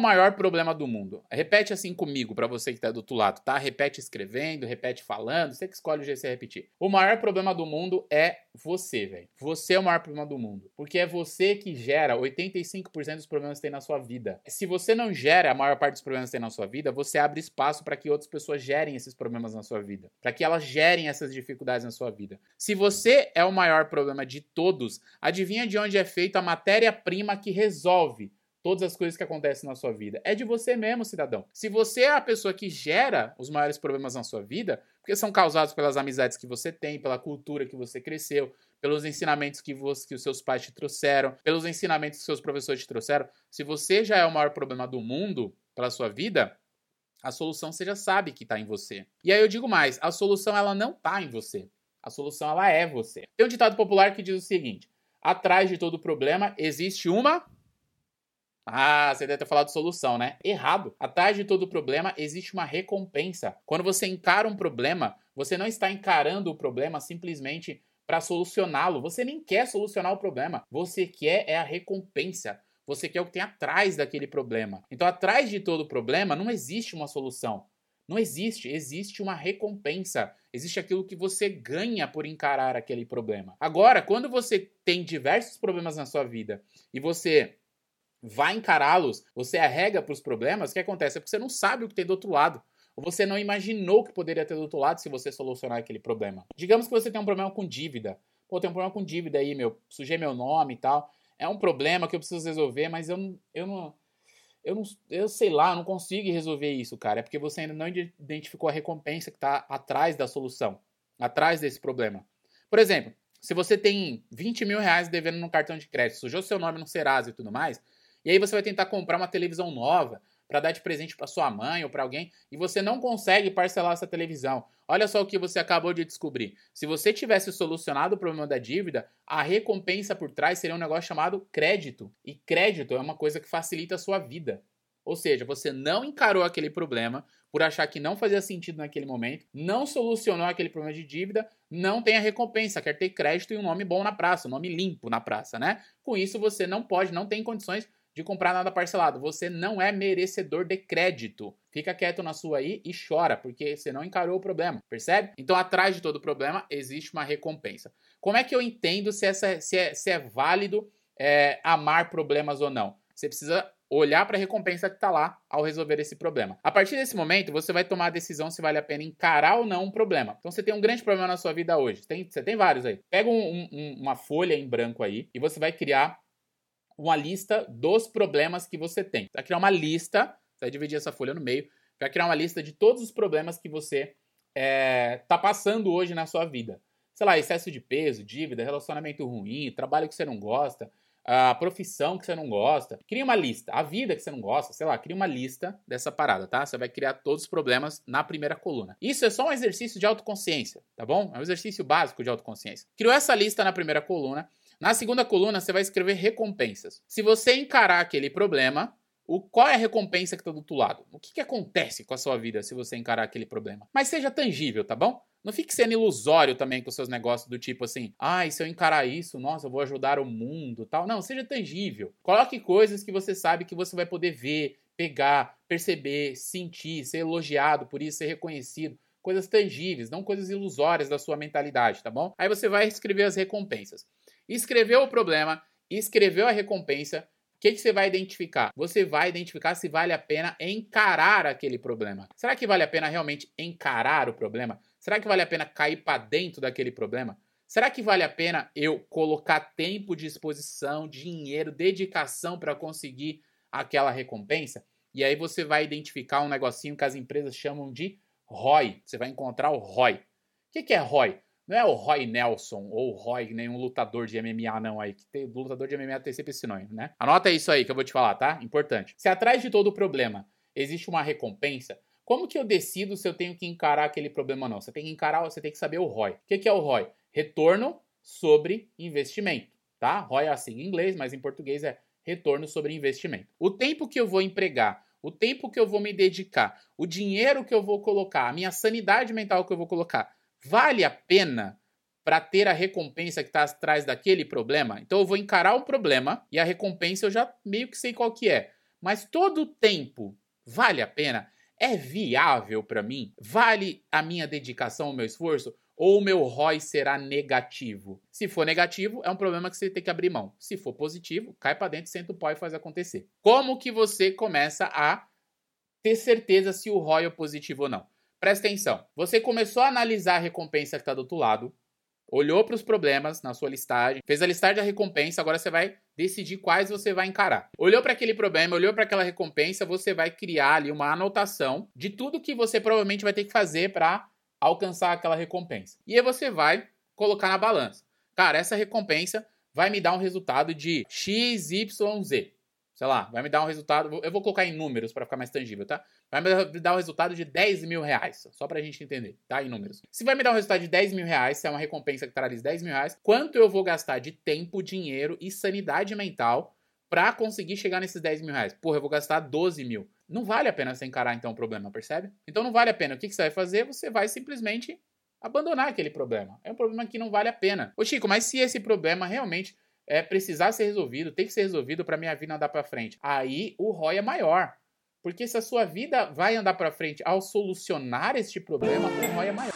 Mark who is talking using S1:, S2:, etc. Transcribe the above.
S1: maior problema do mundo? Repete assim comigo, pra você que tá do outro lado, tá? Repete escrevendo, repete falando, você que escolhe o jeito de você repetir. O maior problema do mundo é você, velho. Você é o maior problema do mundo. Porque é você que gera 85% dos problemas que tem na sua vida. Se você não gera a maior parte dos problemas que tem na sua vida, você abre espaço para que outras pessoas gerem esses problemas na sua vida. Para que elas gerem essas dificuldades na sua vida. Se você é o maior problema de todos, adivinha de onde é feita a matéria-prima que resolve todas as coisas que acontecem na sua vida. É de você mesmo, cidadão. Se você é a pessoa que gera os maiores problemas na sua vida, porque são causados pelas amizades que você tem, pela cultura que você cresceu, pelos ensinamentos que os seus pais te trouxeram, pelos ensinamentos que seus professores te trouxeram, se você já é o maior problema do mundo pela sua vida, a solução você já sabe que está em você. E aí eu digo mais, a solução ela não está em você. A solução ela é você. Tem um ditado popular que diz o seguinte: atrás de todo problema existe uma... Ah, você deve ter falado solução, né? Errado. Atrás de todo problema existe uma recompensa. Quando você encara um problema, você não está encarando o problema simplesmente para solucioná-lo. Você nem quer solucionar o problema. Você quer é a recompensa. Você quer o que tem atrás daquele problema. Então, atrás de todo problema não existe uma solução. Não existe. Existe uma recompensa. Existe aquilo que você ganha por encarar aquele problema. Agora, quando você tem diversos problemas na sua vida e você vai encará-los, você arrega para os problemas, o que acontece? É porque você não sabe o que tem do outro lado. Ou você não imaginou o que poderia ter do outro lado se você solucionar aquele problema. Digamos que você tem um problema com dívida. Pô, tem um problema com dívida aí, sujei meu nome e tal. É um problema que eu preciso resolver, mas eu sei lá, eu não consigo resolver isso, cara. É porque você ainda não identificou a recompensa que está atrás da solução, atrás desse problema. Por exemplo, se você tem 20 mil reais devendo no cartão de crédito, sujou seu nome no Serasa e tudo mais, e aí você vai tentar comprar uma televisão nova para dar de presente para sua mãe ou para alguém e você não consegue parcelar essa televisão. Olha só o que você acabou de descobrir. Se você tivesse solucionado o problema da dívida, a recompensa por trás seria um negócio chamado crédito. E crédito é uma coisa que facilita a sua vida. Ou seja, você não encarou aquele problema por achar que não fazia sentido naquele momento, não solucionou aquele problema de dívida, não tem a recompensa, quer ter crédito e um nome bom na praça, um nome limpo na praça, né? Com isso você não tem condições de comprar nada parcelado. Você não é merecedor de crédito. Fica quieto na sua aí e chora, porque você não encarou o problema, percebe? Então, atrás de todo problema, existe uma recompensa. Como é que eu entendo se é válido amar problemas ou não? Você precisa olhar para a recompensa que está lá ao resolver esse problema. A partir desse momento, você vai tomar a decisão se vale a pena encarar ou não um problema. Então, você tem um grande problema na sua vida hoje. Você tem vários aí. Pega uma folha em branco aí e você vai criar uma lista dos problemas que você tem. Você vai criar uma lista, você vai dividir essa folha no meio, vai criar uma lista de todos os problemas que você tá passando hoje na sua vida. Sei lá, excesso de peso, dívida, relacionamento ruim, trabalho que você não gosta, a profissão que você não gosta. Cria uma lista. A vida que você não gosta, sei lá, cria uma lista dessa parada, tá? Você vai criar todos os problemas na primeira coluna. Isso é só um exercício de autoconsciência, tá bom? É um exercício básico de autoconsciência. Criou essa lista na primeira coluna. Na segunda coluna, você vai escrever recompensas. Se você encarar aquele problema, qual é a recompensa que está do outro lado? O que acontece com a sua vida se você encarar aquele problema? Mas seja tangível, tá bom? Não fique sendo ilusório também com os seus negócios do tipo assim, se eu encarar isso, nossa, eu vou ajudar o mundo, tal. Não, seja tangível. Coloque coisas que você sabe que você vai poder ver, pegar, perceber, sentir, ser elogiado por isso, ser reconhecido. Coisas tangíveis, não coisas ilusórias da sua mentalidade, tá bom? Aí você vai escrever as recompensas. Escreveu o problema, escreveu a recompensa, o que você vai identificar? Você vai identificar se vale a pena encarar aquele problema. Será que vale a pena realmente encarar o problema? Será que vale a pena cair para dentro daquele problema? Será que vale a pena eu colocar tempo de exposição, dinheiro, dedicação para conseguir aquela recompensa? E aí você vai identificar um negocinho que as empresas chamam de ROI. Você vai encontrar o ROI. O que é ROI? Não é o Roy Nelson ou Roy, nenhum lutador de MMA não aí. O lutador de MMA tem sempre esse nome, né? Anota isso aí que eu vou te falar, tá? Importante. Se atrás de todo problema existe uma recompensa, como que eu decido se eu tenho que encarar aquele problema ou não? Você tem que encarar, você tem que saber o ROI. O que é o ROI? Retorno sobre investimento, tá? ROI é assim em inglês, mas em português é retorno sobre investimento. O tempo que eu vou empregar, o tempo que eu vou me dedicar, o dinheiro que eu vou colocar, a minha sanidade mental que eu vou colocar, vale a pena para ter a recompensa que está atrás daquele problema? Então eu vou encarar o problema e a recompensa eu já meio que sei qual que é. Mas todo o tempo vale a pena? É viável para mim? Vale a minha dedicação, o meu esforço? Ou o meu ROI será negativo? Se for negativo, é um problema que você tem que abrir mão. Se for positivo, cai para dentro, senta o pau e faz acontecer. Como que você começa a ter certeza se o ROI é positivo ou não? Presta atenção. Você começou a analisar a recompensa que está do outro lado, olhou para os problemas na sua listagem, fez a listagem da recompensa, agora você vai decidir quais você vai encarar. Olhou para aquele problema, olhou para aquela recompensa, você vai criar ali uma anotação de tudo que você provavelmente vai ter que fazer para alcançar aquela recompensa. E aí você vai colocar na balança. Cara, essa recompensa vai me dar um resultado de XYZ. Sei lá, vai me dar um resultado... Eu vou colocar em números para ficar mais tangível, tá? Vai me dar um resultado de 10 mil reais. Só pra gente entender, tá? Em números. Se vai me dar um resultado de 10 mil reais, se é uma recompensa que traz 10 mil reais, quanto eu vou gastar de tempo, dinheiro e sanidade mental pra conseguir chegar nesses 10 mil reais? Porra, eu vou gastar 12 mil. Não vale a pena você encarar, então, o problema, percebe? Então não vale a pena. O que você vai fazer? Você vai simplesmente abandonar aquele problema. É um problema que não vale a pena. Ô, Chico, mas se esse problema realmente precisar ser resolvido, tem que ser resolvido pra minha vida andar pra frente, aí o ROI é maior. Porque se a sua vida vai andar pra frente ao solucionar este problema, o ROI é maior.